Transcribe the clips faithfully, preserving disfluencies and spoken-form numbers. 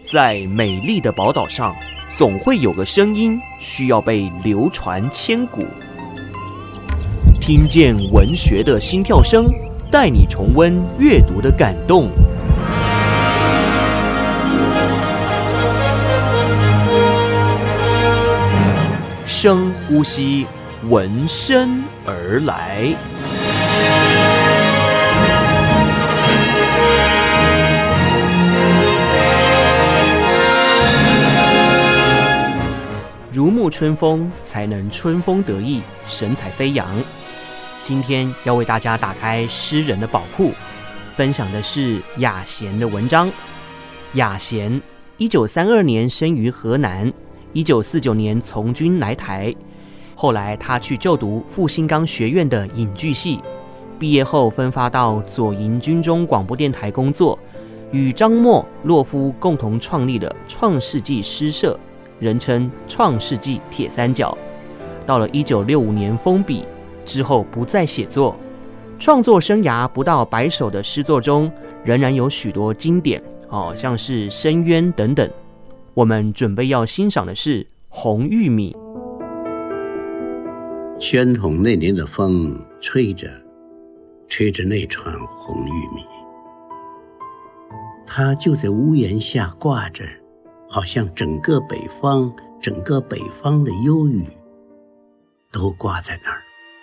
在美丽的宝岛上，总会有个声音需要被流传千古。听见文学的心跳声，带你重温阅读的感动。深呼吸，闻声而来。如沐春风，才能春风得意，神采飞扬。今天要为大家打开诗人的宝库，分享的是雅贤的文章。雅贤一九三二年生于河南，一九四九年从军来台，后来他去就读复兴岗学院的影剧系，毕业后分发到左营军中广播电台工作，与张默、洛夫共同创立了创世纪诗社，人称创世纪铁三角。到了一九六五年封笔之后，不再写作。创作生涯不到百首的诗作中，仍然有许多经典，哦，像是《深渊》等等。我们准备要欣赏的是《红玉米》。 宣统那年的风吹着，吹着那串红玉米，它就在屋檐下挂着，好像整个北方，整个北方的忧郁都挂在那儿。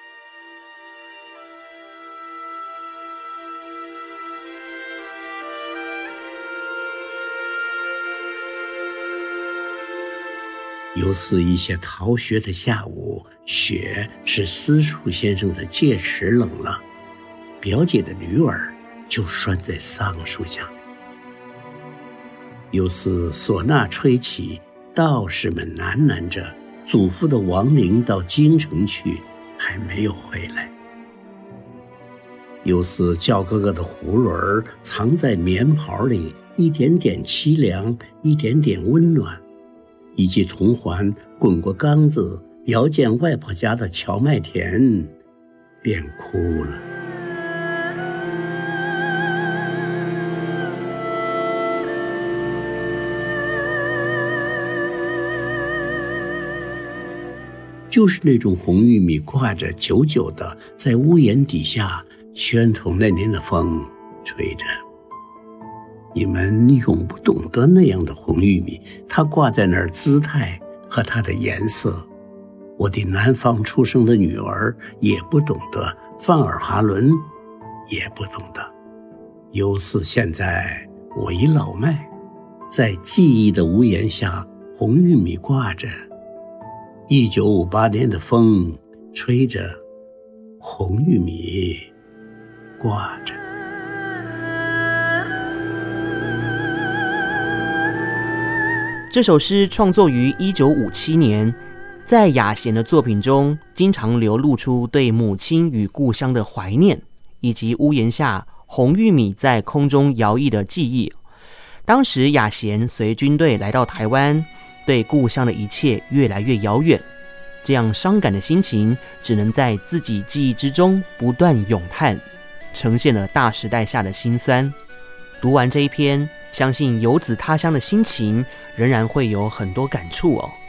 有似一些逃学的下午，雪使私塾先生的戒尺冷了，表姐的驴儿就拴在桑树下。有似唢呐吹起，道士们喃喃着祖父的亡灵到京城去，还没有回来。有似叫哥哥的葫芦儿藏在棉袍里，一点点凄凉，一点点温暖，以及铜环滚过缸子，遥见外婆家的荞麦田，便哭了。就是那种红玉米挂着，久久的在屋檐底下，宣统那年的风吹着。你们永不懂得那样的红玉米，它挂在那儿姿态和它的颜色。我的南方出生的女儿也不懂得，范尔哈伦也不懂得。犹似现在我已老迈，在记忆的屋檐下，红玉米挂着，一九五八年的风吹着，红玉米挂着。 这首诗创作于一九五七年，在雅贤的作品中，经常流露出对母亲与故乡的怀念，以及屋檐下红玉米在空中摇曳的记忆。当时雅贤随军队来到台湾，对故乡的一切越来越遥远，这样伤感的心情只能在自己记忆之中不断咏叹，呈现了大时代下的辛酸。读完这一篇，相信游子他乡的心情仍然会有很多感触哦。